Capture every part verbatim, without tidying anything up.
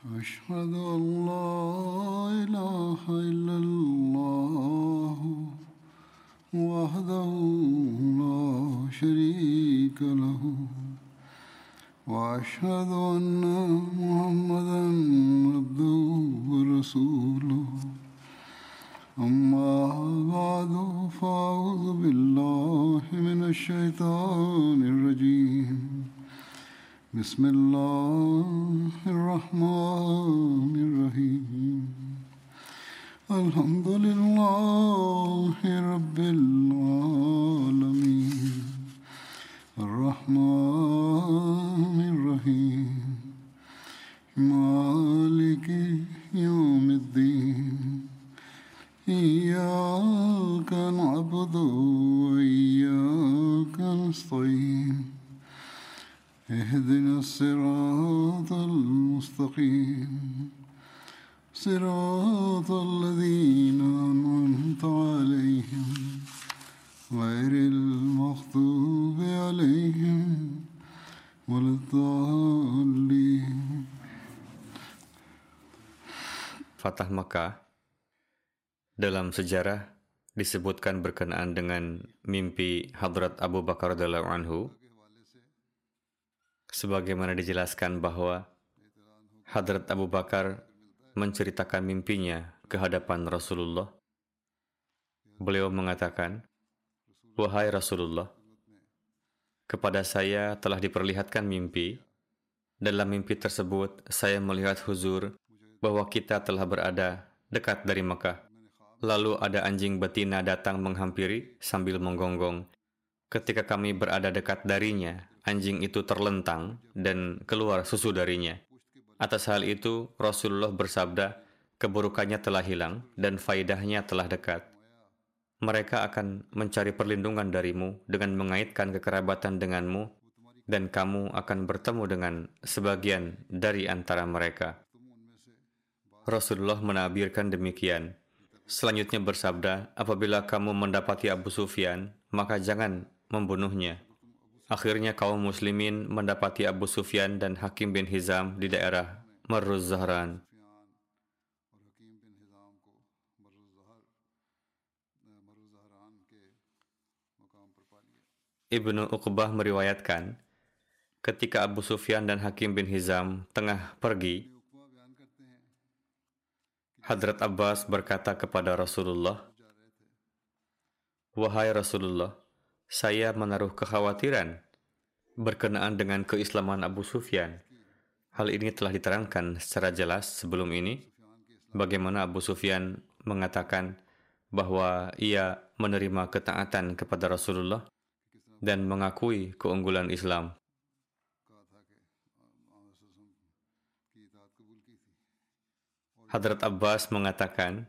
أشهد أن لا إله إلا الله وحده لا شريك له وأشهد أن محمدا عبده ورسوله أما بعد فأعوذ بالله من الشيطان الرجيم بسم الله الرحمن الرحيم الحمد لله رب العالمين الرحمن الرحيم مالك يوم الدين إياك نعبد وإياك نستعين اهدنا الصراط المستقيم صراط الذين أنعمت عليهم غير المغضوب عليهم ولا الضالين. Fatah Makkah dalam sejarah disebutkan berkenaan dengan mimpi Hadrat Abu Bakar radhiyallahu anhu, sebagaimana dijelaskan bahwa Hadrat Abu Bakar menceritakan mimpinya ke hadapan Rasulullah. Beliau mengatakan, "Wahai Rasulullah, kepada saya telah diperlihatkan mimpi. Dalam mimpi tersebut, saya melihat huzur bahwa kita telah berada dekat dari Mekah. Lalu ada anjing betina datang menghampiri sambil menggonggong. Ketika kami berada dekat darinya, anjing itu terlentang dan keluar susu darinya. Atas hal itu, Rasulullah bersabda, keburukannya telah hilang dan faidahnya telah dekat. Mereka akan mencari perlindungan darimu dengan mengaitkan kekerabatan denganmu, dan kamu akan bertemu dengan sebagian dari antara mereka." Rasulullah menabirkan demikian. Selanjutnya bersabda, apabila kamu mendapati Abu Sufyan, maka jangan membunuhnya. Akhirnya kaum muslimin mendapati Abu Sufyan dan Hakim bin Hizam di daerah Marruz Zahran. Ibnu Uqbah meriwayatkan, ketika Abu Sufyan dan Hakim bin Hizam tengah pergi, Hadrat Abbas berkata kepada Rasulullah, "Wahai Rasulullah, saya menaruh kekhawatiran berkenaan dengan keislaman Abu Sufyan. Hal ini telah diterangkan secara jelas sebelum ini, bagaimana Abu Sufyan mengatakan bahwa ia menerima ketaatan kepada Rasulullah dan mengakui keunggulan Islam." Hadrat Abbas mengatakan,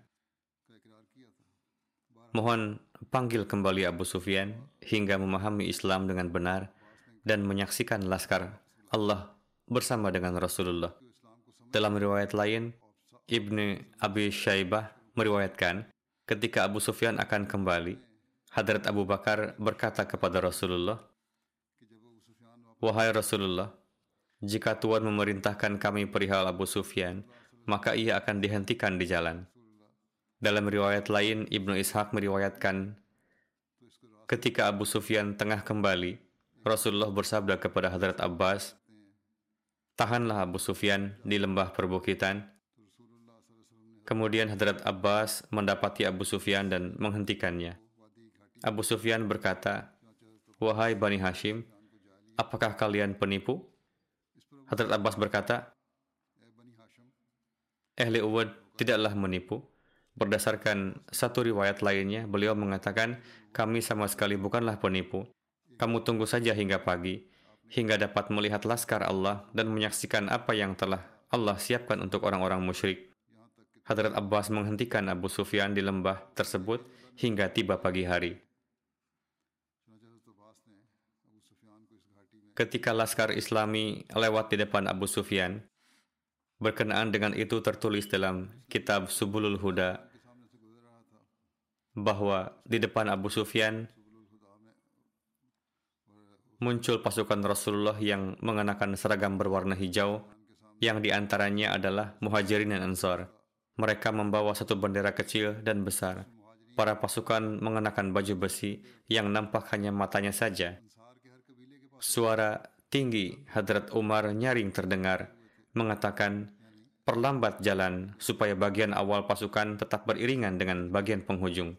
"Mohon panggil kembali Abu Sufyan hingga memahami Islam dengan benar dan menyaksikan laskar Allah bersama dengan Rasulullah." Dalam riwayat lain, Ibnu Abi Syaibah meriwayatkan, ketika Abu Sufyan akan kembali, Hadrat Abu Bakar berkata kepada Rasulullah, "Wahai Rasulullah, jika Tuhan memerintahkan kami perihal Abu Sufyan, maka ia akan dihentikan di jalan." Dalam riwayat lain, Ibnu Ishaq meriwayatkan, ketika Abu Sufyan tengah kembali, Rasulullah bersabda kepada Hadrat Abbas, "Tahanlah Abu Sufyan di lembah perbukitan." Kemudian Hadrat Abbas mendapati Abu Sufyan dan menghentikannya. Abu Sufyan berkata, "Wahai Bani Hashim, apakah kalian penipu?" Hadrat Abbas berkata, "Ahli Uwad tidaklah menipu." Berdasarkan satu riwayat lainnya, beliau mengatakan, "Kami sama sekali bukanlah penipu. Kamu tunggu saja hingga pagi, hingga dapat melihat laskar Allah dan menyaksikan apa yang telah Allah siapkan untuk orang-orang musyrik." Hadrat Abbas menghentikan Abu Sufyan di lembah tersebut hingga tiba pagi hari. Ketika laskar Islami lewat di depan Abu Sufyan, berkenaan dengan itu tertulis dalam kitab Subulul Huda bahwa di depan Abu Sufyan muncul pasukan Rasulullah yang mengenakan seragam berwarna hijau yang diantaranya adalah Muhajirin dan Ansar. Mereka membawa satu bendera kecil dan besar. Para pasukan mengenakan baju besi yang nampak hanya matanya saja. Suara tinggi Hadrat Umar nyaring terdengar, mengatakan, perlambat jalan supaya bagian awal pasukan tetap beriringan dengan bagian penghujung.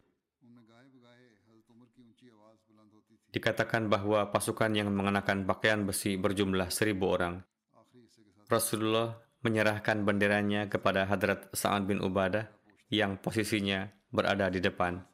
Dikatakan bahwa pasukan yang mengenakan pakaian besi berjumlah seribu orang. Rasulullah menyerahkan benderanya kepada Hadrat Sa'ad bin Ubadah yang posisinya berada di depan.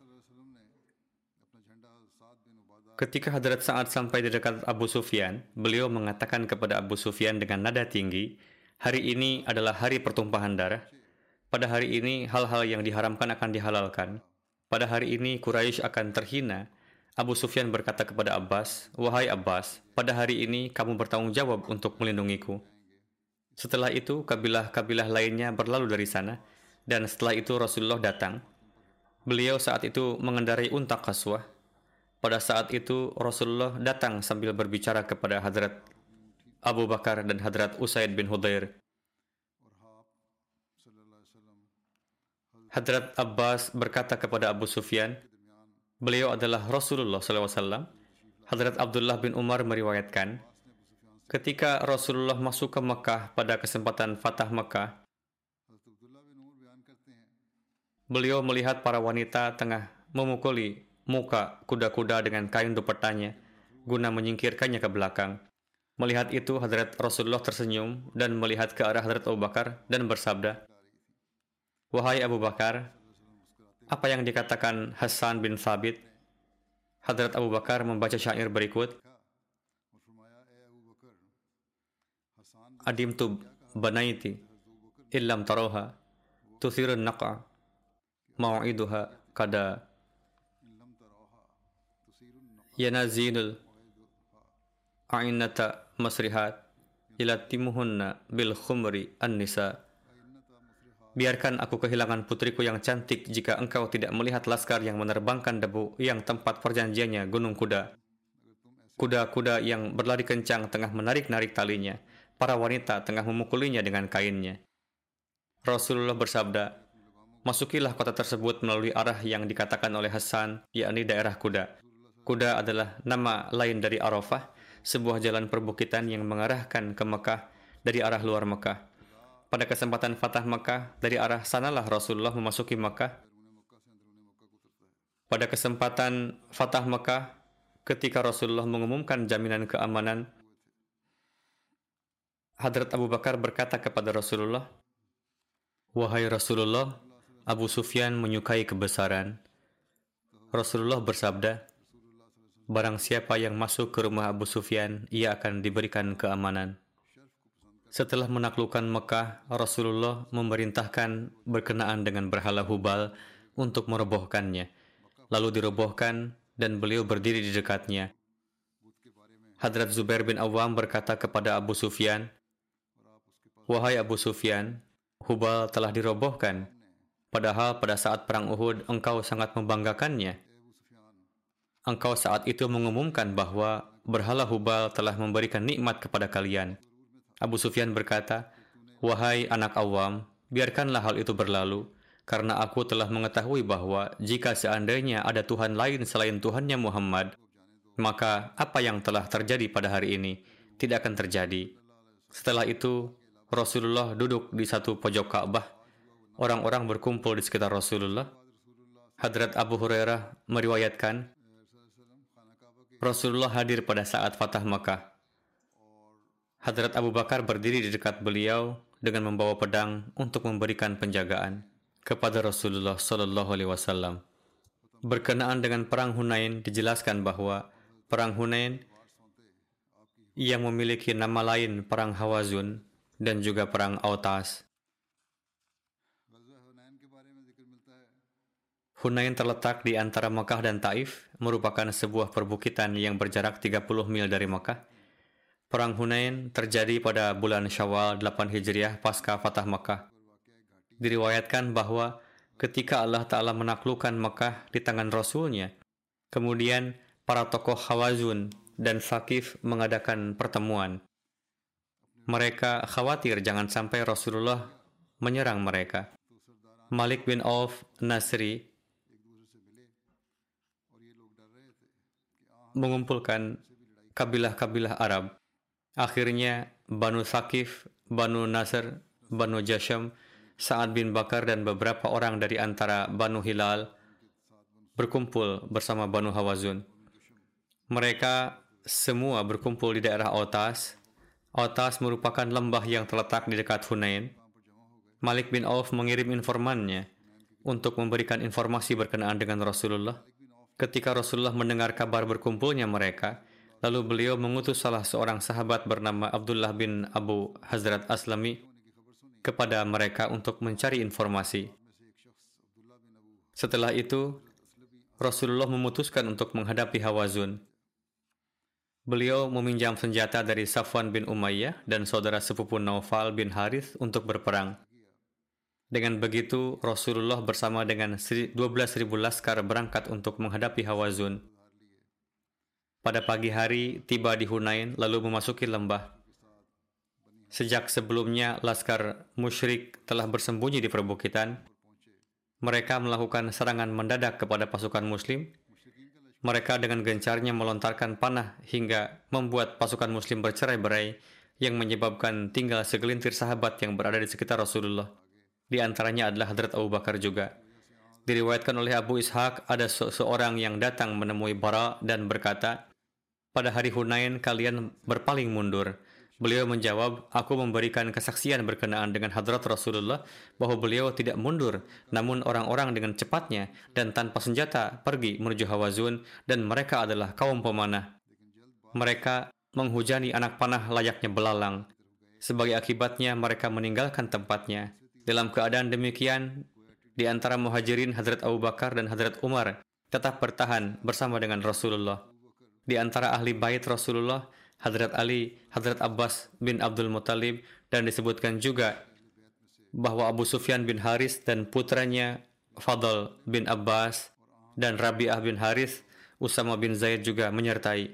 Ketika Hadrat Sa'ad sampai di dekat Abu Sufyan, beliau mengatakan kepada Abu Sufyan dengan nada tinggi, hari ini adalah hari pertumpahan darah. Pada hari ini hal-hal yang diharamkan akan dihalalkan. Pada hari ini Quraisy akan terhina. Abu Sufyan berkata kepada Abbas, wahai Abbas, pada hari ini kamu bertanggung jawab untuk melindungiku. Setelah itu, kabilah-kabilah lainnya berlalu dari sana, dan setelah itu Rasulullah datang. Beliau saat itu mengendarai unta Qaswah. Pada saat itu, Rasulullah datang sambil berbicara kepada Hadrat Abu Bakar dan Hadrat Usaid bin Hudair. Hadrat Abbas berkata kepada Abu Sufyan, beliau adalah Rasulullah shallallahu alaihi wasallam. Hadrat Abdullah bin Umar meriwayatkan, ketika Rasulullah masuk ke Mekah pada kesempatan Fatah Mekah, beliau melihat para wanita tengah memukuli muka kuda-kuda dengan kain dupetanya guna menyingkirkannya ke belakang. Melihat itu, Hadrat Rasulullah tersenyum dan melihat ke arah Hadrat Abu Bakar dan bersabda, wahai Abu Bakar, apa yang dikatakan Hasan bin Thabit? Hadrat Abu Bakar membaca syair berikut, Adimtu banaiti illam taroha tuthirun naqa mau'iduha kada yanazinul a'inata masrihat ilatimuhunna bil khumri an-nisa. Biarkan aku kehilangan putriku yang cantik jika engkau tidak melihat laskar yang menerbangkan debu yang tempat perjanjiannya gunung kuda. Kuda-kuda yang berlari kencang tengah menarik-narik talinya. Para wanita tengah memukulinya dengan kainnya. Rasulullah bersabda, masukilah kota tersebut melalui arah yang dikatakan oleh Hasan, yakni daerah kuda. Kuda adalah nama lain dari Arafah, sebuah jalan perbukitan yang mengarahkan ke Mekah dari arah luar Mekah. Pada kesempatan Fatah Mekah, dari arah sanalah Rasulullah memasuki Mekah. Pada kesempatan Fatah Mekah, ketika Rasulullah mengumumkan jaminan keamanan, Hadrat Abu Bakar berkata kepada Rasulullah, wahai Rasulullah, Abu Sufyan menyukai kebesaran. Rasulullah bersabda, barang siapa yang masuk ke rumah Abu Sufyan, ia akan diberikan keamanan. Setelah menaklukkan Mekah, Rasulullah memerintahkan berkenaan dengan berhala Hubal untuk merobohkannya. Lalu dirobohkan dan beliau berdiri di dekatnya. Hadrat Zubair bin Awam berkata kepada Abu Sufyan, wahai Abu Sufyan, Hubal telah dirobohkan, padahal pada saat perang Uhud engkau sangat membanggakannya. Engkau saat itu mengumumkan bahwa berhala Hubal telah memberikan nikmat kepada kalian. Abu Sufyan berkata, wahai anak awam, biarkanlah hal itu berlalu, karena aku telah mengetahui bahwa jika seandainya ada Tuhan lain selain Tuhannya Muhammad, maka apa yang telah terjadi pada hari ini tidak akan terjadi. Setelah itu, Rasulullah duduk di satu pojok Ka'bah. Orang-orang berkumpul di sekitar Rasulullah. Hadrat Abu Hurairah meriwayatkan, Rasulullah hadir pada saat Fatah Makkah. Hadrat Abu Bakar berdiri di dekat beliau dengan membawa pedang untuk memberikan penjagaan kepada Rasulullah Shallallahu Alaihi Wasallam. Berkenaan dengan perang Hunain, dijelaskan bahwa perang Hunain yang memiliki nama lain perang Hawazun dan juga perang Autas. Hunain terletak di antara Makkah dan Taif, merupakan sebuah perbukitan yang berjarak tiga puluh mil dari Makkah. Perang Hunain terjadi pada bulan Syawal delapan Hijriah pasca Fatah Makkah. Diriwayatkan bahwa ketika Allah Ta'ala menaklukkan Makkah di tangan Rasulnya, kemudian para tokoh Hawazun dan Saqif mengadakan pertemuan. Mereka khawatir jangan sampai Rasulullah menyerang mereka. Malik bin Auf Nasri mengumpulkan kabilah-kabilah Arab. Akhirnya Banu Thaqif, Banu Nasr, Banu Jasham, Sa'ad bin Bakar dan beberapa orang dari antara Banu Hilal berkumpul bersama Banu Hawazun. Mereka semua berkumpul di daerah Autas. Autas merupakan lembah yang terletak di dekat Hunain. Malik bin Auf mengirim informannya untuk memberikan informasi berkenaan dengan Rasulullah. Ketika Rasulullah mendengar kabar berkumpulnya mereka, lalu beliau mengutus salah seorang sahabat bernama Abdullah bin Abu Hazrat Aslami kepada mereka untuk mencari informasi. Setelah itu, Rasulullah memutuskan untuk menghadapi Hawazun. Beliau meminjam senjata dari Safwan bin Umayyah dan saudara sepupu Naufal bin Harith untuk berperang. Dengan begitu, Rasulullah bersama dengan dua belas ribu laskar berangkat untuk menghadapi Hawazun. Pada pagi hari, tiba di Hunain lalu memasuki lembah. Sejak sebelumnya, laskar musyrik telah bersembunyi di perbukitan. Mereka melakukan serangan mendadak kepada pasukan Muslim. Mereka dengan gencarnya melontarkan panah hingga membuat pasukan Muslim bercerai-berai yang menyebabkan tinggal segelintir sahabat yang berada di sekitar Rasulullah. Di antaranya adalah Hadrat Abu Bakar juga. Diriwayatkan oleh Abu Ishaq, ada seseorang yang datang menemui Bara dan berkata, pada hari Hunain kalian berpaling mundur. Beliau menjawab, aku memberikan kesaksian berkenaan dengan Hadrat Rasulullah bahwa beliau tidak mundur, namun orang-orang dengan cepatnya dan tanpa senjata pergi menuju Hawazun dan mereka adalah kaum pemanah. Mereka menghujani anak panah layaknya belalang. Sebagai akibatnya mereka meninggalkan tempatnya. Dalam keadaan demikian, di antara muhajirin Hadrat Abu Bakar dan Hadrat Umar tetap bertahan bersama dengan Rasulullah. Di antara ahli bait Rasulullah, Hadrat Ali, Hadrat Abbas bin Abdul Muttalib, dan disebutkan juga bahwa Abu Sufyan bin Haris dan putranya Fadl bin Abbas dan Rabi'ah bin Harith, Usama bin Zaid juga menyertai.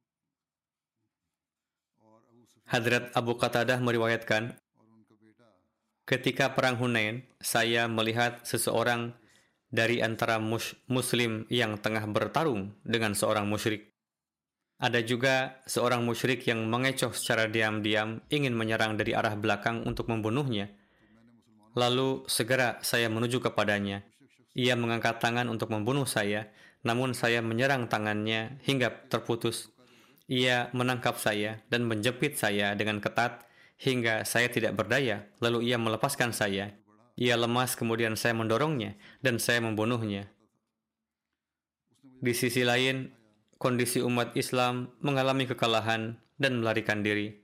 Hadrat Abu Qatadah meriwayatkan, ketika perang Hunain, saya melihat seseorang dari antara mus muslim yang tengah bertarung dengan seorang musyrik. Ada juga seorang musyrik yang mengecoh secara diam-diam ingin menyerang dari arah belakang untuk membunuhnya. Lalu segera saya menuju kepadanya. Ia mengangkat tangan untuk membunuh saya, namun saya menyerang tangannya hingga terputus. Ia menangkap saya dan menjepit saya dengan ketat hingga saya tidak berdaya. Lalu ia melepaskan saya. Ia lemas, kemudian saya mendorongnya dan saya membunuhnya. Di sisi lain, kondisi umat Islam mengalami kekalahan dan melarikan diri.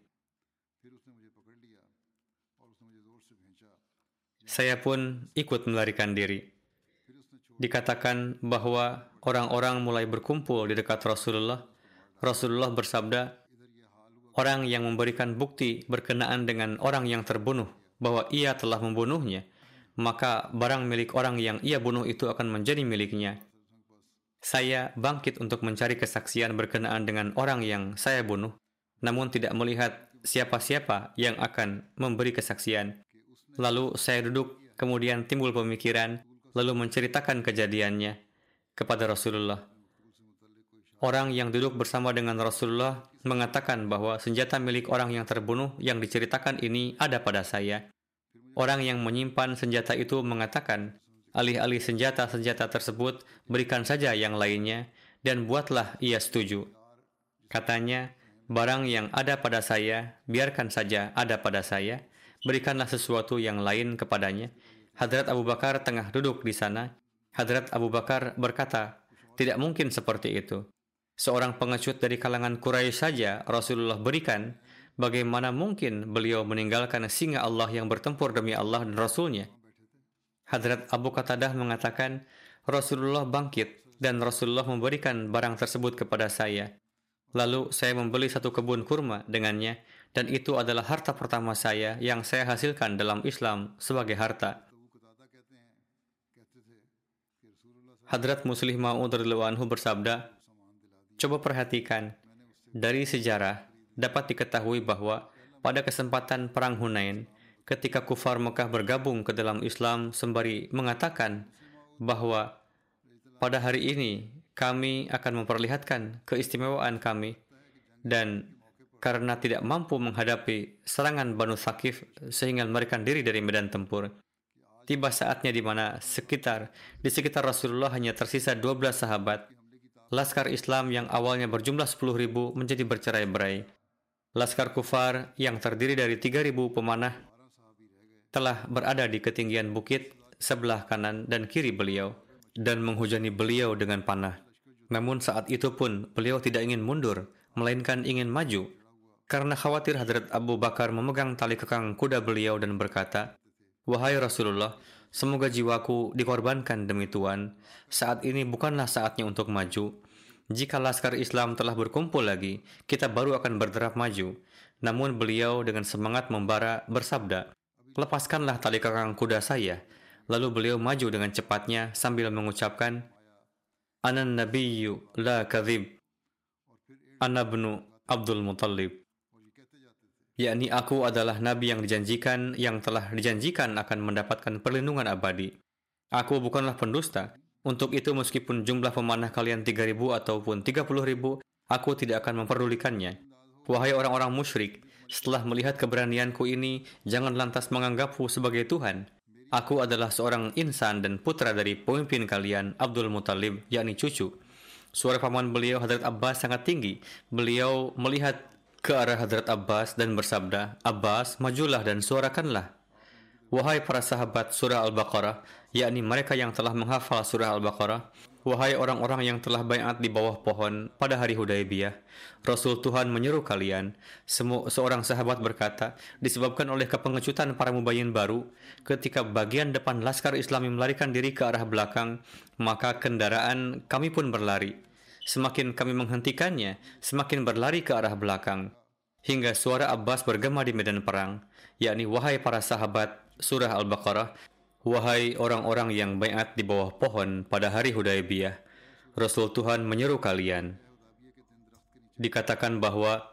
Saya pun ikut melarikan diri. Dikatakan bahwa orang-orang mulai berkumpul di dekat Rasulullah. Rasulullah bersabda, orang yang memberikan bukti berkenaan dengan orang yang terbunuh bahwa ia telah membunuhnya, maka barang milik orang yang ia bunuh itu akan menjadi miliknya. Saya bangkit untuk mencari kesaksian berkenaan dengan orang yang saya bunuh, namun tidak melihat siapa-siapa yang akan memberi kesaksian. Lalu saya duduk, kemudian timbul pemikiran, lalu menceritakan kejadiannya kepada Rasulullah. Orang yang duduk bersama dengan Rasulullah mengatakan bahwa senjata milik orang yang terbunuh yang diceritakan ini ada pada saya. Orang yang menyimpan senjata itu mengatakan, alih-alih senjata-senjata tersebut, berikan saja yang lainnya, dan buatlah ia setuju. Katanya, barang yang ada pada saya, biarkan saja ada pada saya, berikanlah sesuatu yang lain kepadanya. Hadrat Abu Bakar tengah duduk di sana. Hadrat Abu Bakar berkata, tidak mungkin seperti itu. Seorang pengecut dari kalangan Quraisy saja Rasulullah berikan, bagaimana mungkin beliau meninggalkan singa Allah yang bertempur demi Allah dan Rasulnya? Hadrat Abu Qatadah mengatakan, Rasulullah bangkit dan Rasulullah memberikan barang tersebut kepada saya. Lalu saya membeli satu kebun kurma dengannya, dan itu adalah harta pertama saya yang saya hasilkan dalam Islam sebagai harta. Hadrat Muslih Ma'ud radhiyallahu anhu bersabda, coba perhatikan, dari sejarah dapat diketahui bahwa pada kesempatan Perang Hunain, ketika kufar Mekah bergabung ke dalam Islam sembari mengatakan bahwa pada hari ini kami akan memperlihatkan keistimewaan kami, dan karena tidak mampu menghadapi serangan Banu Thaqif sehingga melarikan diri dari medan tempur, tiba saatnya di mana sekitar di sekitar Rasulullah hanya tersisa dua belas sahabat. Laskar Islam yang awalnya berjumlah sepuluh ribu menjadi bercerai-berai. Laskar kufar yang terdiri dari tiga ribu pemanah telah berada di ketinggian bukit sebelah kanan dan kiri beliau dan menghujani beliau dengan panah. Namun saat itu pun beliau tidak ingin mundur, melainkan ingin maju, karena khawatir Hadrat Abu Bakar memegang tali kekang kuda beliau dan berkata, "Wahai Rasulullah, semoga jiwaku dikorbankan demi Tuhan. Saat ini bukanlah saatnya untuk maju. Jika laskar Islam telah berkumpul lagi, kita baru akan berderap maju." Namun beliau dengan semangat membara bersabda, "Lepaskanlah tali kekang kuda saya." Lalu beliau maju dengan cepatnya sambil mengucapkan, "Anan nabiyyu la kadhib, ana ibnu Abdul Muttalib." Yakni aku adalah nabi yang dijanjikan, yang telah dijanjikan akan mendapatkan perlindungan abadi. Aku bukanlah pendusta. Untuk itu meskipun jumlah pemanah kalian tiga ribu ataupun tiga puluh ribu, aku tidak akan memperdulikannya. Wahai orang-orang musyrik, setelah melihat keberanianku ini, jangan lantas menganggapku sebagai Tuhan. Aku adalah seorang insan dan putra dari pemimpin kalian, Abdul Muttalib, yakni cucu. Suara paman beliau, Hadrat Abbas, sangat tinggi. Beliau melihat ke arah Hadrat Abbas dan bersabda, "Abbas, majulah dan suarakanlah." Wahai para sahabat surah Al-Baqarah, yakni mereka yang telah menghafal surah Al-Baqarah, wahai orang-orang yang telah baiat di bawah pohon pada hari Hudaybiyah, Rasul Tuhan menyeru kalian. Semu seorang sahabat berkata, disebabkan oleh kepengecutan para mubayyin baru, ketika bagian depan laskar Islami melarikan diri ke arah belakang, maka kendaraan kami pun berlari. Semakin kami menghentikannya, semakin berlari ke arah belakang. Hingga suara Abbas bergema di medan perang, yakni wahai para sahabat surah Al-Baqarah, wahai orang-orang yang baiat di bawah pohon pada hari Hudaybiyah, Rasul Tuhan menyeru kalian. Dikatakan bahwa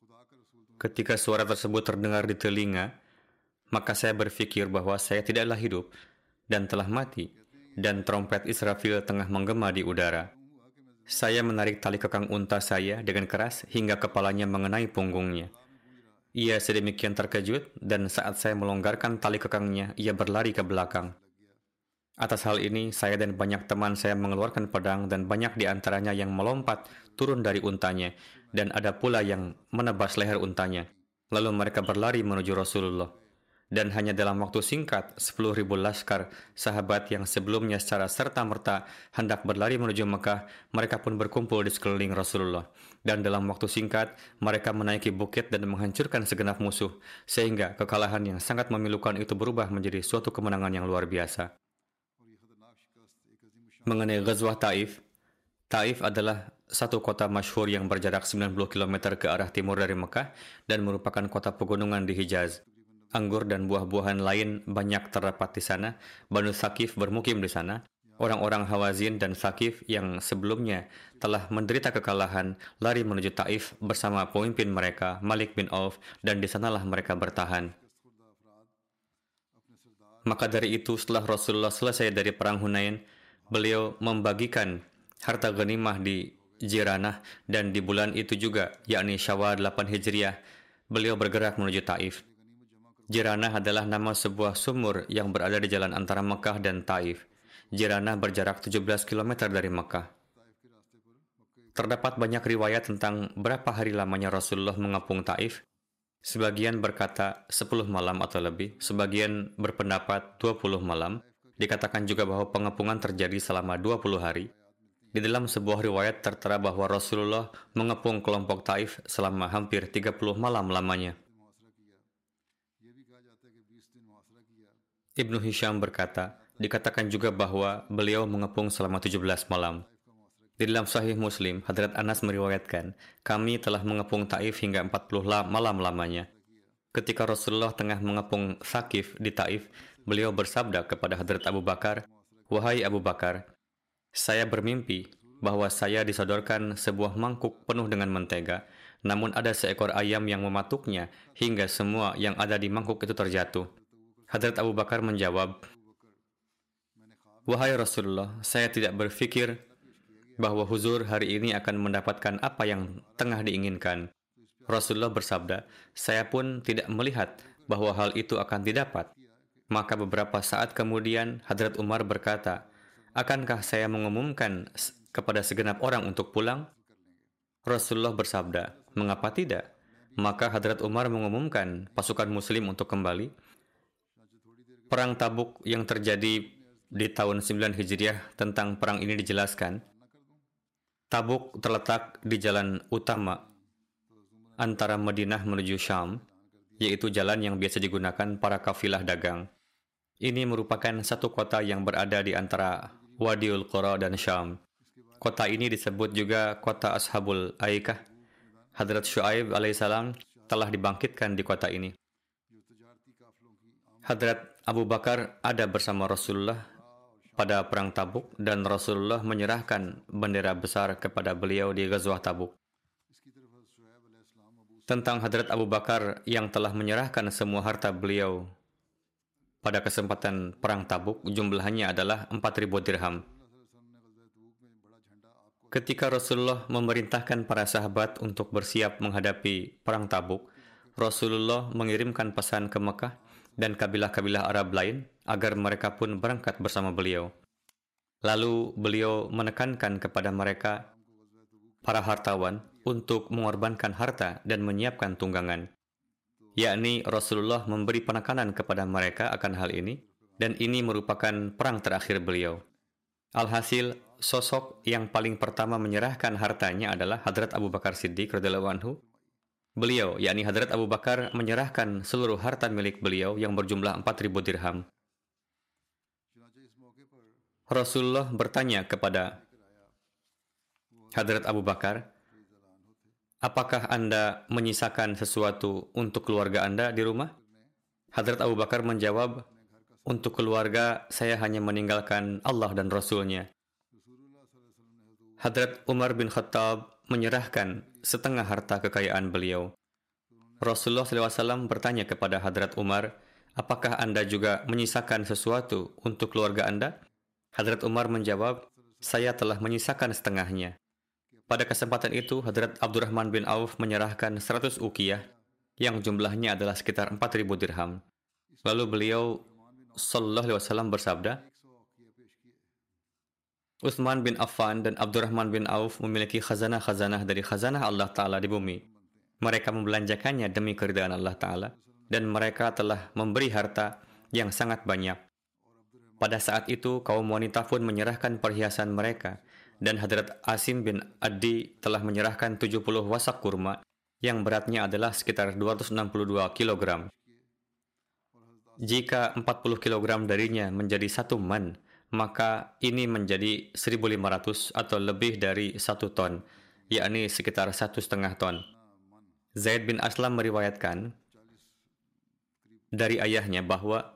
ketika suara tersebut terdengar di telinga, maka saya berpikir bahwa saya tidaklah hidup dan telah mati, dan trompet Israfil tengah menggema di udara. Saya menarik tali kekang unta saya dengan keras hingga kepalanya mengenai punggungnya. Ia sedemikian terkejut, dan saat saya melonggarkan tali kekangnya, ia berlari ke belakang. Atas hal ini, saya dan banyak teman saya mengeluarkan pedang, dan banyak di antaranya yang melompat turun dari untanya, dan ada pula yang menebas leher untanya. Lalu mereka berlari menuju Rasulullah. Dan hanya dalam waktu singkat, sepuluh ribu laskar sahabat yang sebelumnya secara serta-merta hendak berlari menuju Mekah, mereka pun berkumpul di sekeliling Rasulullah. Dan dalam waktu singkat, mereka menaiki bukit dan menghancurkan segenap musuh, sehingga kekalahan yang sangat memilukan itu berubah menjadi suatu kemenangan yang luar biasa. Mengenai Ghazwah Taif, Taif adalah satu kota masyhur yang berjarak sembilan puluh kilometer ke arah timur dari Mekah dan merupakan kota pegunungan di Hijaz. Anggur dan buah-buahan lain banyak terdapat di sana. Banu Thaqif bermukim di sana. Orang-orang Hawazin dan Thaqif yang sebelumnya telah menderita kekalahan lari menuju Taif bersama pemimpin mereka, Malik bin Auf, dan di sanalah mereka bertahan. Maka dari itu, setelah Rasulullah selesai dari perang Hunain, beliau membagikan harta ghanimah di Jiranah, dan di bulan itu juga, yakni Syawal delapan Hijriah, beliau bergerak menuju Taif. Jiranah adalah nama sebuah sumur yang berada di jalan antara Mekah dan Taif. Jiranah berjarak tujuh belas kilometer dari Mekah. Terdapat banyak riwayat tentang berapa hari lamanya Rasulullah mengepung Taif. Sebagian berkata sepuluh malam atau lebih, sebagian berpendapat dua puluh malam. Dikatakan juga bahwa pengepungan terjadi selama dua puluh hari. Di dalam sebuah riwayat tertera bahwa Rasulullah mengepung kelompok Taif selama hampir tiga puluh malam lamanya. Ibnu Hisham berkata, dikatakan juga bahwa beliau mengepung selama tujuh belas malam. Di dalam Sahih Muslim, Hadrat Anas meriwayatkan, kami telah mengepung Taif hingga empat puluh malam lamanya. Ketika Rasulullah tengah mengepung Thaqif di Taif, beliau bersabda kepada Hadrat Abu Bakar, "Wahai Abu Bakar, saya bermimpi bahwa saya disodorkan sebuah mangkuk penuh dengan mentega, namun ada seekor ayam yang mematuknya hingga semua yang ada di mangkuk itu terjatuh. Hadrat Abu Bakar menjawab, "Wahai Rasulullah, saya tidak berpikir bahwa huzur hari ini akan mendapatkan apa yang tengah diinginkan." Rasulullah bersabda, "Saya pun tidak melihat bahwa hal itu akan didapat." Maka beberapa saat kemudian Hadrat Umar berkata, "Akankah saya mengumumkan kepada segenap orang untuk pulang?" Rasulullah bersabda, "Mengapa tidak?" Maka Hadrat Umar mengumumkan pasukan muslim untuk kembali. Perang Tabuk yang terjadi di tahun sembilan Hijriah, tentang perang ini dijelaskan. Tabuk terletak di jalan utama antara Madinah menuju Syam, yaitu jalan yang biasa digunakan para kafilah dagang. Ini merupakan satu kota yang berada di antara Wadiul Qura dan Syam. Kota ini disebut juga kota Ashabul Aikah. Hadrat Syuaib alaihissalam telah dibangkitkan di kota ini. Hadrat Abu Bakar ada bersama Rasulullah pada perang Tabuk dan Rasulullah menyerahkan bendera besar kepada beliau di Ghazwah Tabuk. Tentang Hadrat Abu Bakar yang telah menyerahkan semua harta beliau pada kesempatan perang Tabuk, jumlahnya adalah empat ribu dirham. Ketika Rasulullah memerintahkan para sahabat untuk bersiap menghadapi perang Tabuk, Rasulullah mengirimkan pesan ke Mekah dan kabilah-kabilah Arab lain agar mereka pun berangkat bersama beliau. Lalu beliau menekankan kepada mereka, para hartawan, untuk mengorbankan harta dan menyiapkan tunggangan. Yakni Rasulullah memberi penekanan kepada mereka akan hal ini, dan ini merupakan perang terakhir beliau. Alhasil, sosok yang paling pertama menyerahkan hartanya adalah Hadrat Abu Bakar Siddiq radhiyallahu anhu. Beliau, yakni Hadrat Abu Bakar, menyerahkan seluruh harta milik beliau yang berjumlah empat ribu dirham. Rasulullah bertanya kepada Hadrat Abu Bakar, "Apakah Anda menyisakan sesuatu untuk keluarga Anda di rumah?" Hadrat Abu Bakar menjawab, "Untuk keluarga, saya hanya meninggalkan Allah dan Rasul-Nya." Hadrat Umar bin Khattab menyerahkan setengah harta kekayaan beliau. Rasulullah shallallahu alaihi wasallam bertanya kepada Hadrat Umar, "Apakah Anda juga menyisakan sesuatu untuk keluarga Anda?" Hadrat Umar menjawab, "Saya telah menyisakan setengahnya." Pada kesempatan itu, Hadrat Abdurrahman bin Auf menyerahkan seratus uqiyah, yang jumlahnya adalah sekitar empat ribu dirham. Lalu beliau sallallahu alaihi wasallam bersabda, "Utsman bin Affan dan Abdurrahman bin Auf memiliki khazanah-khazanah dari khazanah Allah Ta'ala di bumi. Mereka membelanjakannya demi keridaan Allah Ta'ala, dan mereka telah memberi harta yang sangat banyak." Pada saat itu, kaum wanita pun menyerahkan perhiasan mereka, dan Hadrat Asim bin Adi telah menyerahkan tujuh puluh wasak kurma yang beratnya adalah sekitar dua ratus enam puluh dua kilogram. Jika empat puluh kilogram darinya menjadi satu man, maka ini menjadi seribu lima ratus atau lebih dari satu ton, yakni sekitar satu setengah ton. Zaid bin Aslam meriwayatkan dari ayahnya bahwa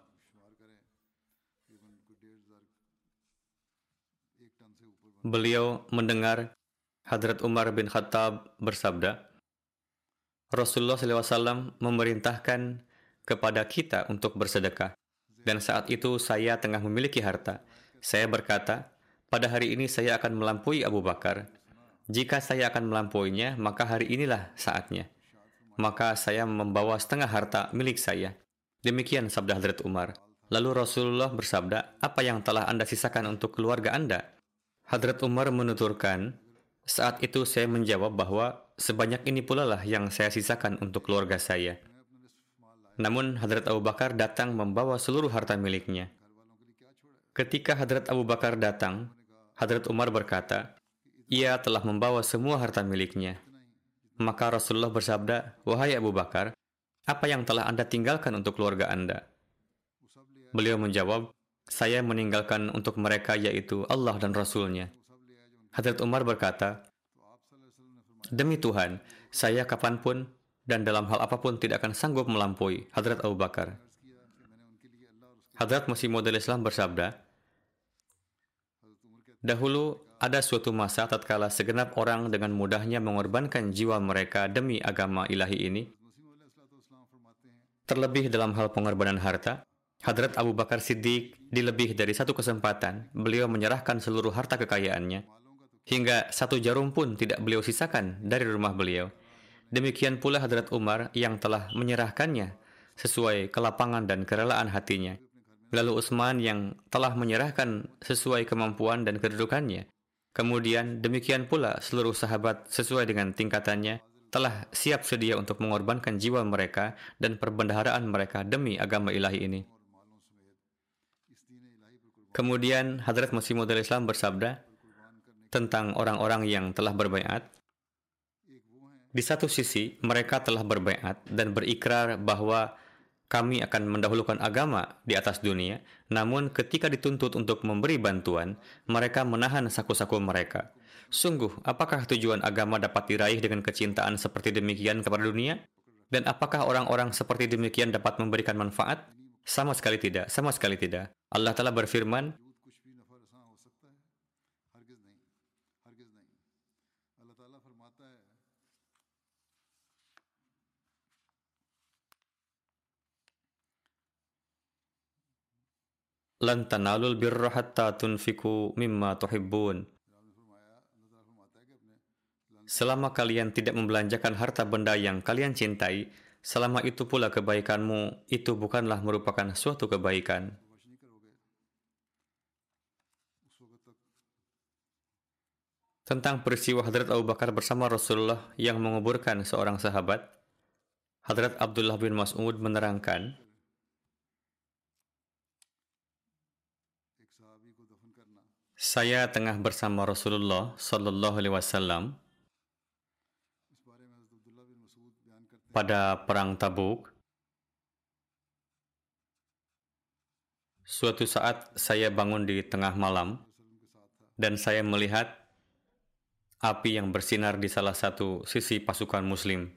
beliau mendengar Hadrat Umar bin Khattab bersabda, "Rasulullah shallallahu alaihi wasallam memerintahkan kepada kita untuk bersedekah, dan saat itu saya tengah memiliki harta. Saya berkata, pada hari ini saya akan melampaui Abu Bakar. Jika saya akan melampauinya, maka hari inilah saatnya. Maka saya membawa setengah harta milik saya." Demikian sabda Hadrat Umar. Lalu Rasulullah bersabda, "Apa yang telah Anda sisakan untuk keluarga Anda?" Hadrat Umar menuturkan, "Saat itu saya menjawab bahwa sebanyak ini pula lah yang saya sisakan untuk keluarga saya." Namun Hadrat Abu Bakar datang membawa seluruh harta miliknya. Ketika Hadrat Abu Bakar datang, Hadrat Umar berkata, "Ia telah membawa semua harta miliknya." Maka Rasulullah bersabda, "Wahai Abu Bakar, apa yang telah Anda tinggalkan untuk keluarga Anda?" Beliau menjawab, "Saya meninggalkan untuk mereka yaitu Allah dan Rasul-Nya." Hadrat Umar berkata, "Demi Tuhan, saya kapanpun dan dalam hal apapun tidak akan sanggup melampaui Hadrat Abu Bakar." Hadrat Masih Maud Islam bersabda, Dahulu ada suatu masa tatkala segenap orang dengan mudahnya mengorbankan jiwa mereka demi agama ilahi ini. Terlebih dalam hal pengorbanan harta, Hadrat Abu Bakar Siddiq di lebih dari satu kesempatan, beliau menyerahkan seluruh harta kekayaannya, hingga satu jarum pun tidak beliau sisakan dari rumah beliau. Demikian pula Hadrat Umar yang telah menyerahkannya sesuai kelapangan dan kerelaan hatinya. Lalu Utsman yang telah menyerahkan sesuai kemampuan dan kedudukannya. Kemudian demikian pula seluruh sahabat sesuai dengan tingkatannya telah siap sedia untuk mengorbankan jiwa mereka dan perbendaharaan mereka demi agama ilahi ini. Kemudian Hadrat Masih Maud Islam bersabda tentang orang-orang yang telah berbaiat. Di satu sisi, mereka telah berbaiat dan berikrar bahwa kami akan mendahulukan agama di atas dunia, namun ketika dituntut untuk memberi bantuan, mereka menahan saku-saku mereka. Sungguh, apakah tujuan agama dapat diraih dengan kecintaan seperti demikian kepada dunia? Dan apakah orang-orang seperti demikian dapat memberikan manfaat? Sama sekali tidak, sama sekali tidak. Allah Ta'ala berfirman, Lan tanalul birra hatta tunfiku mimma tuhibbun. Selama kalian tidak membelanjakan harta benda yang kalian cintai, selama itu pula kebaikanmu itu bukanlah merupakan suatu kebaikan. Tentang peristiwa Hadrat Abu Bakar bersama Rasulullah yang menguburkan seorang sahabat, Hadrat Abdullah bin Mas'ud menerangkan, saya tengah bersama Rasulullah Sallallahu Alaihi Wasallam pada perang Tabuk. Suatu saat saya bangun di tengah malam dan saya melihat api yang bersinar di salah satu sisi pasukan Muslim.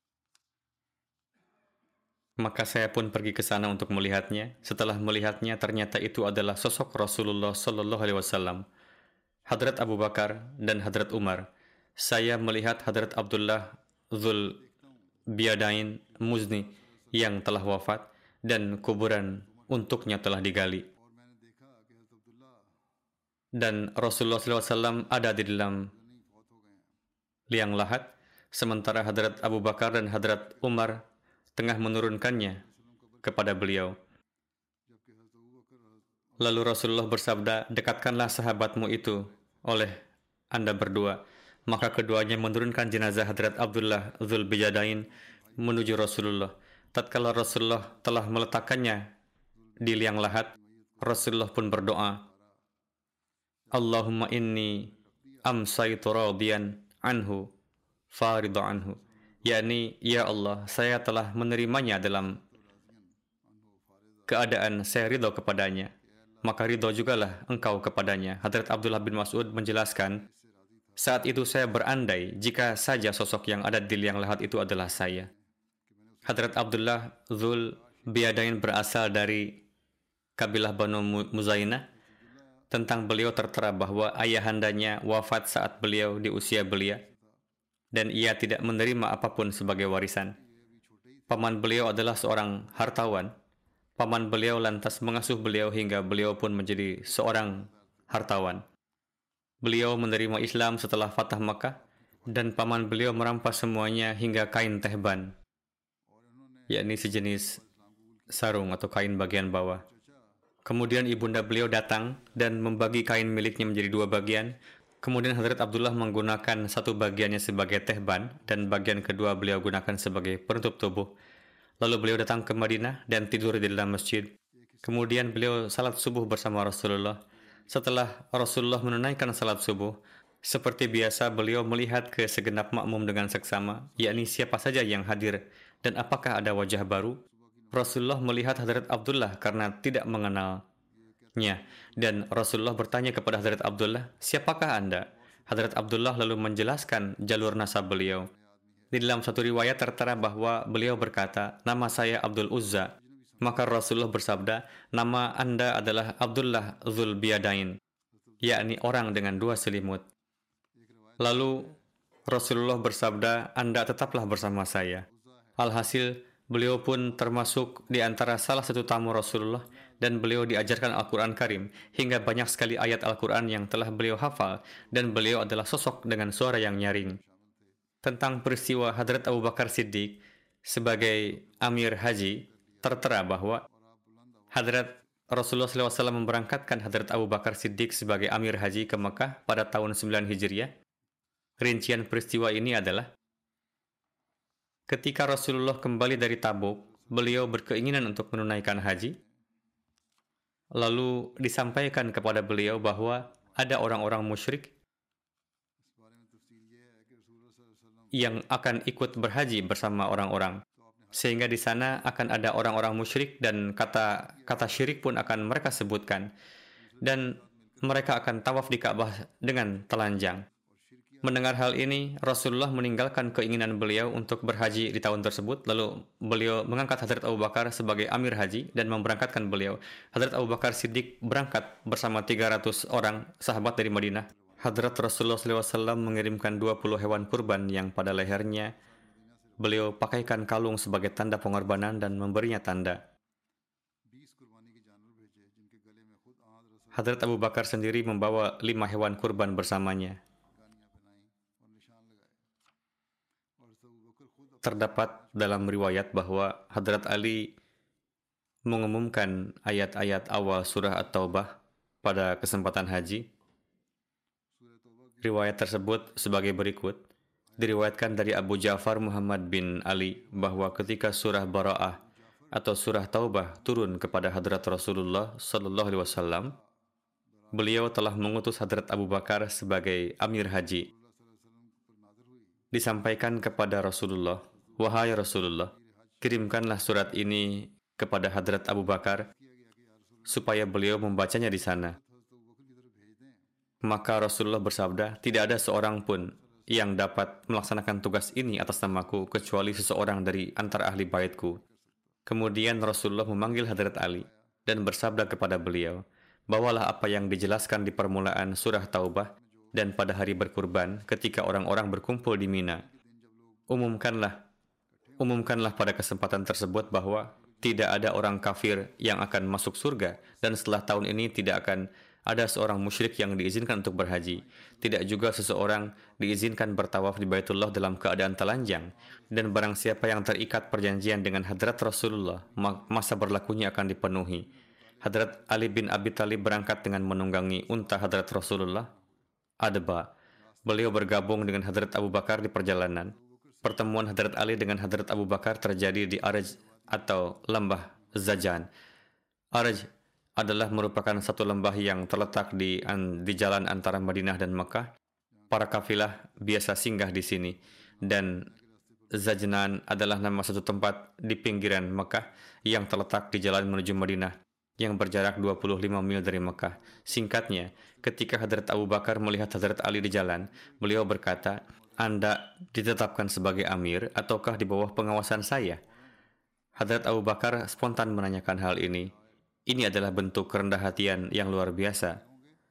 Maka saya pun pergi ke sana untuk melihatnya. Setelah melihatnya, ternyata itu adalah sosok Rasulullah Sallallahu Alaihi Wasallam, Hadrat Abu Bakar dan Hadrat Umar. Saya melihat Hadrat Abdullah Dzul Biyadain Muzni yang telah wafat dan kuburan untuknya telah digali. Dan Rasulullah Sallallahu Alaihi Wasallam ada di dalam liang lahat, sementara Hadrat Abu Bakar dan Hadrat Umar tengah menurunkannya kepada beliau. Lalu Rasulullah bersabda, dekatkanlah sahabatmu itu oleh Anda berdua. Maka keduanya menurunkan jenazah Hadrat Abdullah Dzul Biyadain menuju Rasulullah. Tatkala Rasulullah telah meletakkannya di liang lahat, Rasulullah pun berdoa, Allahumma inni amsaitu radiyan anhu faridha anhu. yakni, ya Allah, saya telah menerimanya dalam keadaan saya ridho kepadanya, maka ridho jugalah engkau kepadanya. Hadrat Abdullah bin Mas'ud menjelaskan, saat itu saya berandai jika saja sosok yang ada di liang lahat itu adalah saya. Hadrat Abdullah Dzul Biyadain berasal dari kabilah Banu Muzainah. Tentang beliau tertera bahwa ayahandanya wafat saat beliau di usia belia, dan ia tidak menerima apapun sebagai warisan. Paman beliau adalah seorang hartawan. Paman beliau lantas mengasuh beliau hingga beliau pun menjadi seorang hartawan. Beliau menerima Islam setelah Fatah Makkah, dan paman beliau merampas semuanya hingga kain tehban, yakni sejenis sarung atau kain bagian bawah. Kemudian ibunda beliau datang dan membagi kain miliknya menjadi dua bagian. Kemudian Hadrat Abdullah menggunakan satu bagiannya sebagai tehban dan bagian kedua beliau gunakan sebagai penutup tubuh. Lalu beliau datang ke Madinah dan tidur di dalam masjid. Kemudian beliau salat subuh bersama Rasulullah. Setelah Rasulullah menunaikan salat subuh, seperti biasa beliau melihat ke segenap makmum dengan seksama, yakni siapa saja yang hadir dan apakah ada wajah baru. Rasulullah melihat Hadrat Abdullah karena tidak mengenalnya, dan Rasulullah bertanya kepada Hadrat Abdullah, siapakah Anda? Hadrat Abdullah lalu menjelaskan jalur nasab beliau. Di dalam satu riwayat tertera bahwa beliau berkata, nama saya Abdul Uzza. Maka Rasulullah bersabda, nama Anda adalah Abdullah Dzul Biyadain. yakni orang dengan dua selimut. Lalu Rasulullah bersabda, Anda tetaplah bersama saya. Alhasil, beliau pun termasuk di antara salah satu tamu Rasulullah dan beliau diajarkan Al-Quran Karim hingga banyak sekali ayat Al-Quran yang telah beliau hafal dan beliau adalah sosok dengan suara yang nyaring. Tentang peristiwa Hadrat Abu Bakar Siddiq sebagai Amir Haji, tertera bahwa Hadrat Rasulullah shallallahu alaihi wasallam memberangkatkan Hadrat Abu Bakar Siddiq sebagai Amir Haji ke Mekah pada tahun sembilan Hijriah. Rincian peristiwa ini adalah ketika Rasulullah kembali dari Tabuk, beliau berkeinginan untuk menunaikan haji. Lalu disampaikan kepada beliau bahwa ada orang-orang musyrik yang akan ikut berhaji bersama orang-orang. Sehingga di sana akan ada orang-orang musyrik dan kata kata syirik pun akan mereka sebutkan. Dan mereka akan tawaf di Ka'bah dengan telanjang. Mendengar hal ini, Rasulullah meninggalkan keinginan beliau untuk berhaji di tahun tersebut, lalu beliau mengangkat Hadrat Abu Bakar sebagai Amir Haji dan memberangkatkan beliau. Hadrat Abu Bakar Siddiq berangkat bersama tiga ratus orang sahabat dari Madinah. Hadrat Rasulullah shallallahu alaihi wasallam mengirimkan dua puluh hewan kurban yang pada lehernya beliau pakaikan kalung sebagai tanda pengorbanan dan memberinya tanda. Hadrat Abu Bakar sendiri membawa lima hewan kurban bersamanya. Terdapat dalam riwayat bahwa Hadrat Ali mengumumkan ayat-ayat awal surah At-Taubah pada kesempatan haji. Riwayat tersebut sebagai berikut. Diriwayatkan dari Abu Ja'far Muhammad bin Ali bahwa ketika surah Bara'ah atau surah Taubah turun kepada Hadrat Rasulullah sallallahu alaihi wasallam, beliau telah mengutus Hadrat Abu Bakar sebagai Amir Haji. Disampaikan kepada Rasulullah, wahai Rasulullah, kirimkanlah surat ini kepada Hadrat Abu Bakar supaya beliau membacanya di sana. Maka Rasulullah bersabda, tidak ada seorang pun yang dapat melaksanakan tugas ini atas namaku kecuali seseorang dari antara ahli baitku. Kemudian Rasulullah memanggil Hadrat Ali dan bersabda kepada beliau, bawalah apa yang dijelaskan di permulaan surah Taubah dan pada hari berkurban ketika orang-orang berkumpul di Mina. Umumkanlah, umumkanlah pada kesempatan tersebut bahwa tidak ada orang kafir yang akan masuk surga dan setelah tahun ini tidak akan ada seorang musyrik yang diizinkan untuk berhaji. Tidak juga seseorang diizinkan bertawaf di Baitullah dalam keadaan telanjang. Dan barang siapa yang terikat perjanjian dengan Hadrat Rasulullah, masa berlakunya akan dipenuhi. Hadrat Ali bin Abi Thalib berangkat dengan menunggangi unta Hadrat Rasulullah. Adba. Beliau bergabung dengan Hadrat Abu Bakar di perjalanan. Pertemuan Hadrat Ali dengan Hadrat Abu Bakar terjadi di Araj atau lembah Zajan. Araj adalah merupakan satu lembah yang terletak di, di jalan antara Madinah dan Mekah. Para kafilah biasa singgah di sini. Dan Zajnan adalah nama satu tempat di pinggiran Mekah yang terletak di jalan menuju Madinah yang berjarak dua puluh lima mil dari Mekah. Singkatnya, ketika Hadrat Abu Bakar melihat Hadrat Ali di jalan, beliau berkata, Anda ditetapkan sebagai amir ataukah di bawah pengawasan saya? Hadrat Abu Bakar spontan menanyakan hal ini. Ini adalah bentuk kerendah hatian yang luar biasa,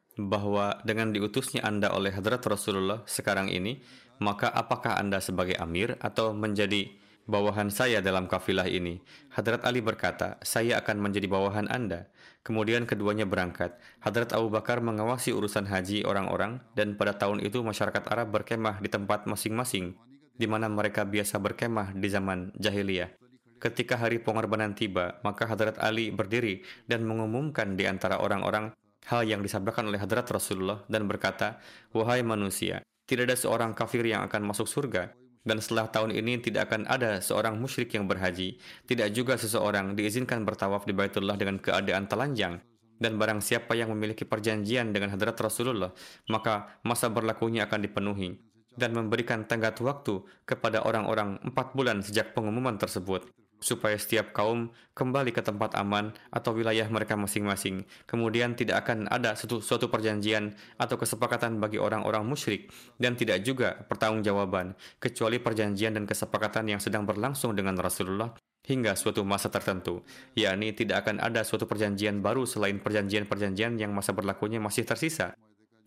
bahwa dengan diutusnya Anda oleh Hadrat Rasulullah sekarang ini, maka apakah Anda sebagai amir atau menjadi bawahan saya dalam kafilah ini? Hadrat Ali berkata, saya akan menjadi bawahan Anda. Kemudian keduanya berangkat. Hadrat Abu Bakar mengawasi urusan haji orang-orang, dan pada tahun itu masyarakat Arab berkemah di tempat masing-masing, di mana mereka biasa berkemah di zaman jahiliyah. Ketika hari pengorbanan tiba, maka Hadrat Ali berdiri dan mengumumkan di antara orang-orang hal yang disabdakan oleh Hadrat Rasulullah dan berkata, wahai manusia, tidak ada seorang kafir yang akan masuk surga. Dan setelah tahun ini tidak akan ada seorang musyrik yang berhaji. Tidak juga seseorang diizinkan bertawaf di Baitullah dengan keadaan telanjang. Dan barang siapa yang memiliki perjanjian dengan Hadrat Rasulullah, maka masa berlakunya akan dipenuhi. Dan memberikan tenggat waktu kepada orang-orang empat bulan sejak pengumuman tersebut, supaya setiap kaum kembali ke tempat aman atau wilayah mereka masing-masing. Kemudian tidak akan ada suatu, suatu perjanjian atau kesepakatan bagi orang-orang musyrik dan tidak juga pertanggungjawaban kecuali perjanjian dan kesepakatan yang sedang berlangsung dengan Rasulullah hingga suatu masa tertentu, yakni tidak akan ada suatu perjanjian baru selain perjanjian-perjanjian yang masa berlakunya masih tersisa.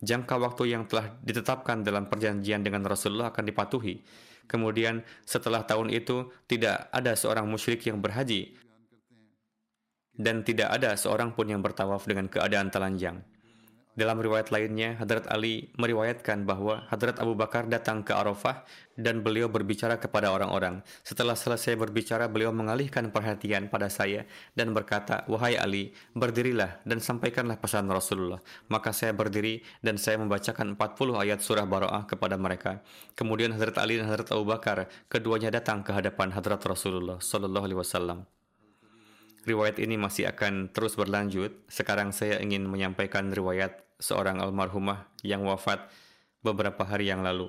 jangka waktu yang telah ditetapkan dalam perjanjian dengan Rasulullah akan dipatuhi. Kemudian setelah tahun itu tidak ada seorang musyrik yang berhaji dan tidak ada seorang pun yang bertawaf dengan keadaan telanjang. Dalam riwayat lainnya, Hadrat Ali meriwayatkan bahwa Hadrat Abu Bakar datang ke Arafah dan beliau berbicara kepada orang-orang. Setelah selesai berbicara, beliau mengalihkan perhatian pada saya dan berkata, "Wahai Ali, berdirilah dan sampaikanlah pesan Rasulullah." Maka saya berdiri dan saya membacakan empat puluh ayat surah Bara'ah kepada mereka. Kemudian Hadrat Ali dan Hadrat Abu Bakar, keduanya datang ke hadapan Hadrat Rasulullah sallallahu alaihi wasallam. Riwayat ini masih akan terus berlanjut. Sekarang saya ingin menyampaikan riwayat seorang almarhumah yang wafat beberapa hari yang lalu.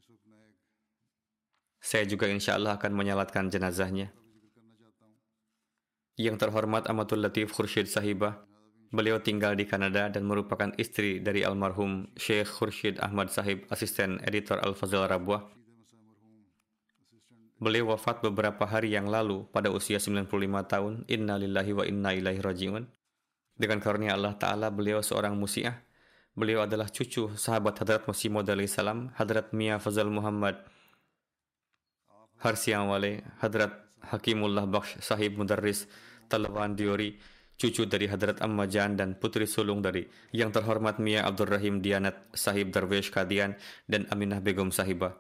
Saya juga insya Allah akan menyalatkan jenazahnya. Yang terhormat Amatul Latif Khurshid Sahibah, beliau tinggal di Kanada dan merupakan istri dari almarhum Syekh Khurshid Ahmad Sahib, asisten editor Al-Fazal Rabwah. Beliau wafat beberapa hari yang lalu pada usia sembilan puluh lima tahun. Inna lillahi wa inna ilaihi raji'un. Dengan karunia Allah Ta'ala, beliau seorang musiah. Beliau adalah cucu sahabat Hadrat Masih Maud alaihi salam, Hadrat Mia Fazal Muhammad Harsian Wale, Hadrat Hakimullah Bakhsh Sahib Mudarris Talawan Diori, cucu dari Hadrat Amma Jan dan putri sulung dari Yang Terhormat Mia Abdul Rahim Dianat Sahib Darwesh Kadian dan Aminah Begum Sahibah.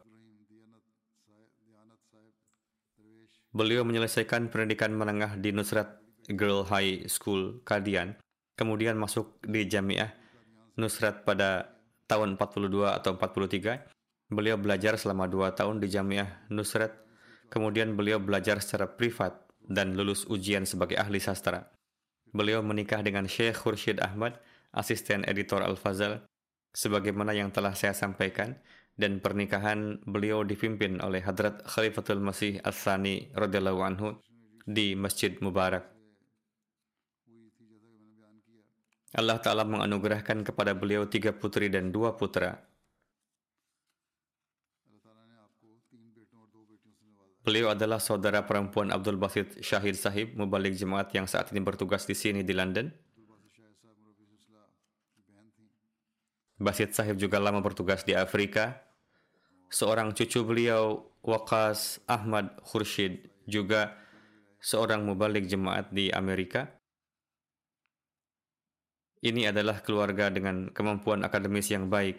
Beliau menyelesaikan pendidikan menengah di Nusrat Girl High School, Kadian, kemudian masuk di Jamiah Nusrat pada tahun empat puluh dua atau empat puluh tiga. Beliau belajar selama dua tahun di Jamiah Nusrat, kemudian beliau belajar secara privat dan lulus ujian sebagai ahli sastra. Beliau menikah dengan Syekh Khurshid Ahmad, asisten editor Al-Fazal, sebagaimana yang telah saya sampaikan, dan pernikahan beliau dipimpin oleh Hadrat Khalifatul Masih Ats-Tsani radhiyallahu anhu di Masjid Mubarak. Allah Ta'ala menganugerahkan kepada beliau tiga putri dan dua putra. Beliau adalah saudara perempuan Abdul Basit Syahid Sahib, mubalik jemaat yang saat ini bertugas di sini di London. Basit Sahib juga lama bertugas di Afrika. Seorang cucu beliau, Waqas Ahmad Khurshid, juga seorang mubalik jemaat di Amerika. Ini adalah keluarga dengan kemampuan akademis yang baik.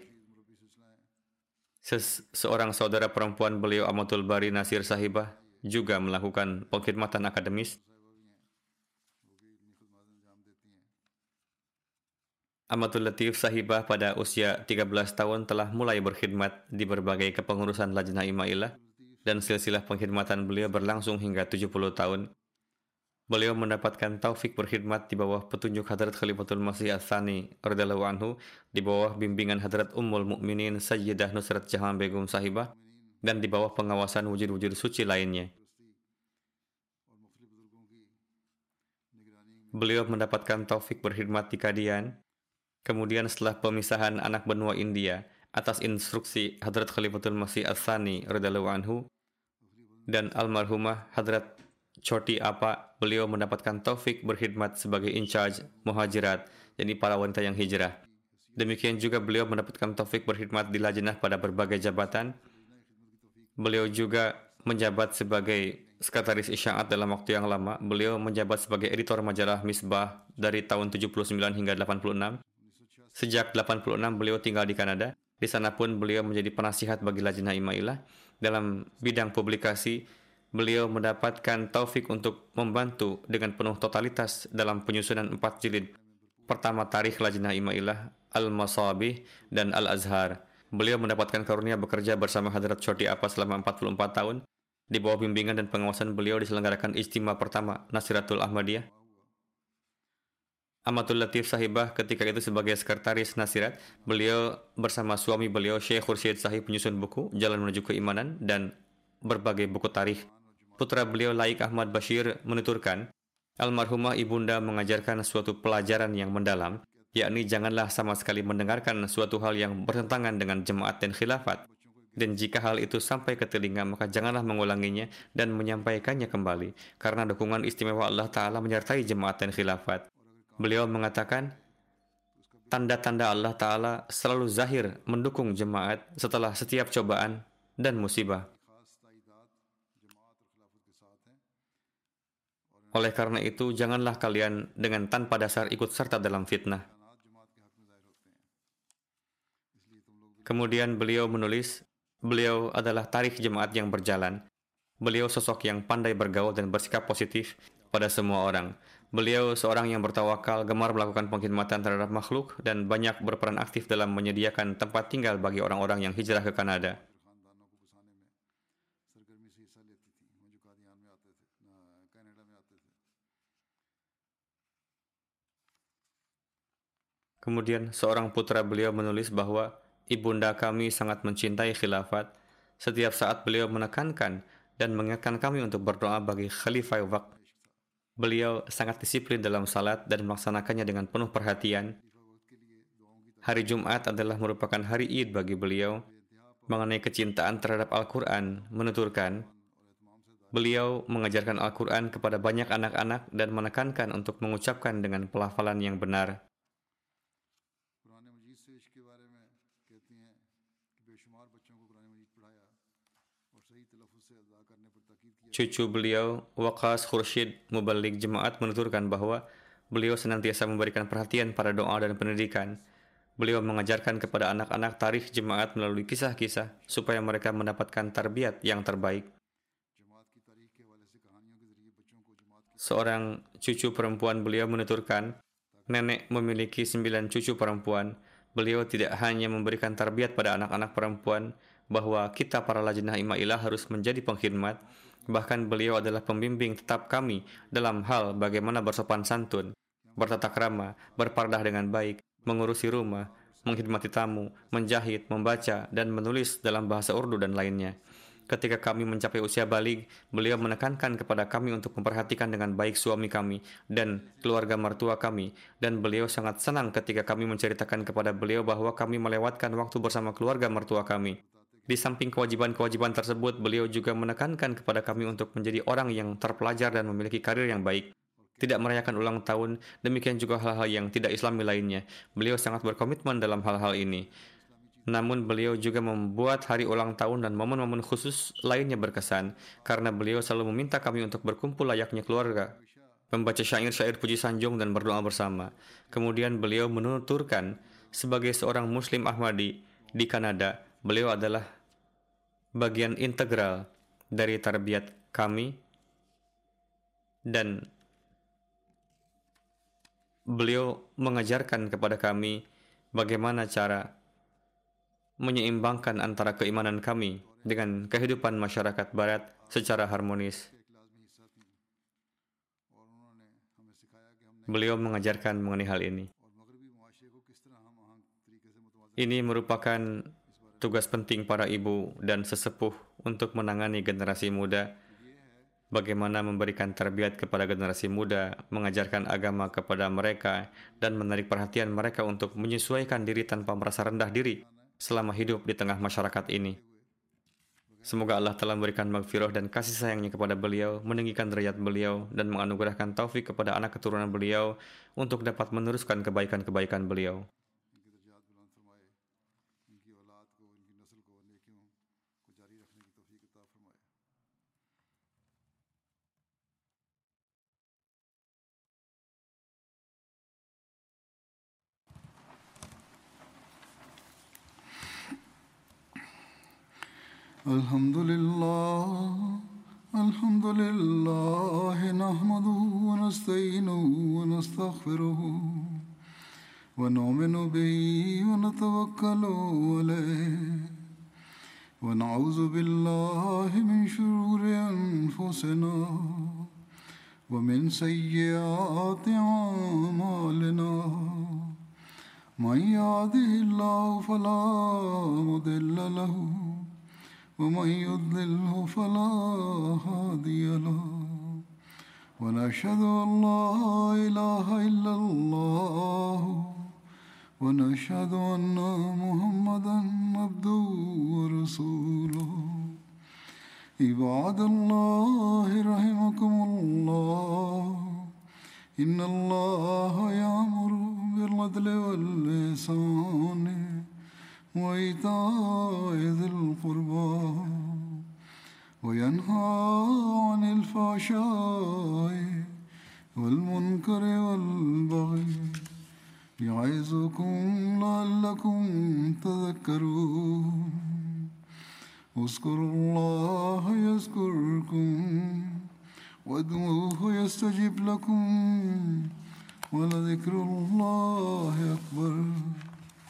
Ses seorang saudara perempuan beliau, Amatul Bari Nasir Sahibah, juga melakukan pengkhidmatan akademis. Amatul Latif Sahibah pada usia tiga belas tahun telah mulai berkhidmat di berbagai kepengurusan Lajnah Imailah dan silsilah pengkhidmatan beliau berlangsung hingga tujuh puluh tahun. Beliau mendapatkan taufik berkhidmat di bawah petunjuk Hadrat Khalifatul Masih Ats-Tsani radhiyallahu anhu, di bawah bimbingan Hadrat Ummul Mukminin Sayyidah Nusrat Jahan Begum Sahibah, dan di bawah pengawasan wujud-wujud suci lainnya. Beliau mendapatkan taufik berkhidmat di Kadian. Kemudian setelah pemisahan anak benua India atas instruksi Hadrat Khalifatul Masih Ats-Tsani radhiyallahu anhu dan almarhumah Hadrat Choti Apa, beliau mendapatkan taufik berkhidmat sebagai in-charge muhajirat, yakni para wanita yang hijrah. Demikian juga beliau mendapatkan taufik berkhidmat di lajnah pada berbagai jabatan. Beliau juga menjabat sebagai sekretaris Isya'at dalam waktu yang lama. Beliau menjabat sebagai editor majalah Misbah dari tahun tujuh puluh sembilan hingga delapan puluh enam. Sejak delapan puluh enam beliau tinggal di Kanada. Di sana pun beliau menjadi penasihat bagi Lajnah Imailah. Dalam bidang publikasi, beliau mendapatkan taufik untuk membantu dengan penuh totalitas dalam penyusunan empat jilid. Pertama, Tarikh Lajnah Imailah, Al-Masabih, dan Al-Azhar. Beliau mendapatkan karunia bekerja bersama Hadrat Choti Apa selama empat puluh empat tahun. Di bawah bimbingan dan pengawasan beliau diselenggarakan Ijtima pertama Nasiratul Ahmadiyah. Amatul Latif Sahibah ketika itu sebagai sekretaris Nasirat, beliau bersama suami beliau Syekh Khurshid Sahib menyusun buku Jalan Menuju Keimanan dan berbagai buku tarikh. Putra beliau Laik Ahmad Bashir menuturkan, almarhumah ibunda mengajarkan suatu pelajaran yang mendalam, yakni janganlah sama sekali mendengarkan suatu hal yang bertentangan dengan jemaat dan khilafat. Dan jika hal itu sampai ke telinga, maka janganlah mengulanginya dan menyampaikannya kembali, karena dukungan istimewa Allah Ta'ala menyertai jemaat dan khilafat. Beliau mengatakan, tanda-tanda Allah Ta'ala selalu zahir mendukung jemaat setelah setiap cobaan dan musibah. Oleh karena itu, janganlah kalian dengan tanpa dasar ikut serta dalam fitnah. Kemudian beliau menulis, beliau adalah tarikh jemaat yang berjalan. Beliau sosok yang pandai bergaul dan bersikap positif pada semua orang. Beliau seorang yang bertawakal, gemar melakukan pengkhidmatan terhadap makhluk, dan banyak berperan aktif dalam menyediakan tempat tinggal bagi orang-orang yang hijrah ke Kanada. Kemudian seorang putra beliau menulis bahwa ibunda kami sangat mencintai khilafat. Setiap saat beliau menekankan dan mengingatkan kami untuk berdoa bagi Khalifah Waqt. Beliau sangat disiplin dalam salat dan melaksanakannya dengan penuh perhatian. Hari Jumat adalah merupakan hari Id bagi beliau. Mengenai kecintaan terhadap Al-Quran, menuturkan, beliau mengajarkan Al-Quran kepada banyak anak-anak dan menekankan untuk mengucapkan dengan pelafalan yang benar. Cucu beliau, Waqas Khurshid Mubalik Jemaat, menuturkan bahwa beliau senantiasa memberikan perhatian pada doa dan pendidikan. Beliau mengajarkan kepada anak-anak tarikh jemaat melalui kisah-kisah supaya mereka mendapatkan tarbiyat yang terbaik. Seorang cucu perempuan beliau menuturkan, nenek memiliki sembilan cucu perempuan. Beliau tidak hanya memberikan tarbiyat pada anak-anak perempuan bahwa kita para lajnah imailah harus menjadi pengkhidmat, bahkan beliau adalah pembimbing tetap kami dalam hal bagaimana bersopan santun, bertata krama, berpardah dengan baik, mengurusi rumah, mengkhidmati tamu, menjahit, membaca, dan menulis dalam bahasa Urdu dan lainnya. Ketika kami mencapai usia baligh, beliau menekankan kepada kami untuk memperhatikan dengan baik suami kami dan keluarga mertua kami, dan beliau sangat senang ketika kami menceritakan kepada beliau bahwa kami melewatkan waktu bersama keluarga mertua kami. Di samping kewajiban-kewajiban tersebut, beliau juga menekankan kepada kami untuk menjadi orang yang terpelajar dan memiliki karir yang baik. Tidak merayakan ulang tahun, demikian juga hal-hal yang tidak islami lainnya. Beliau sangat berkomitmen dalam hal-hal ini. Namun beliau juga membuat hari ulang tahun dan momen-momen khusus lainnya berkesan, karena beliau selalu meminta kami untuk berkumpul layaknya keluarga, membaca syair-syair puji sanjung dan berdoa bersama. Kemudian beliau menuturkan, sebagai seorang Muslim Ahmadi di Kanada, beliau adalah bagian integral dari tarbiyat kami, dan beliau mengajarkan kepada kami bagaimana cara menyeimbangkan antara keimanan kami dengan kehidupan masyarakat Barat secara harmonis. Beliau mengajarkan mengenai hal ini. Ini merupakan tugas penting para ibu dan sesepuh untuk menangani generasi muda, bagaimana memberikan tarbiyat kepada generasi muda, mengajarkan agama kepada mereka, dan menarik perhatian mereka untuk menyesuaikan diri tanpa merasa rendah diri selama hidup di tengah masyarakat ini. Semoga Allah telah memberikan maghfirah dan kasih sayangnya kepada beliau, meninggikan derajat beliau, dan menganugerahkan taufik kepada anak keturunan beliau untuk dapat meneruskan kebaikan-kebaikan beliau. Alhamdulillah, alhamdulillah, nahmaduhu wa nasta'inuhu wa nastaghfiruhu wa nu'minu bihi wa natawakkalu alayhi wa na'udzu billahi min shururi anfusina wa min sayyiati a'malina. Man yahdihillahu fala mudilla lahu ومن يضلله فلا هادي له ونشهد أن لا إله إلا الله ونشهد أن محمدا عبده ورسوله. عباد الله رحمكم الله إن الله يأمر بالعدل بالعدل والإحسان وإيتاء ذي القربى وينهى عن الفحشاء والمنكر والبغي يعظكم لعلكم تذكرون اذكروا الله يذكركم وادعوه يستجب لكم ولذكر الله أكبر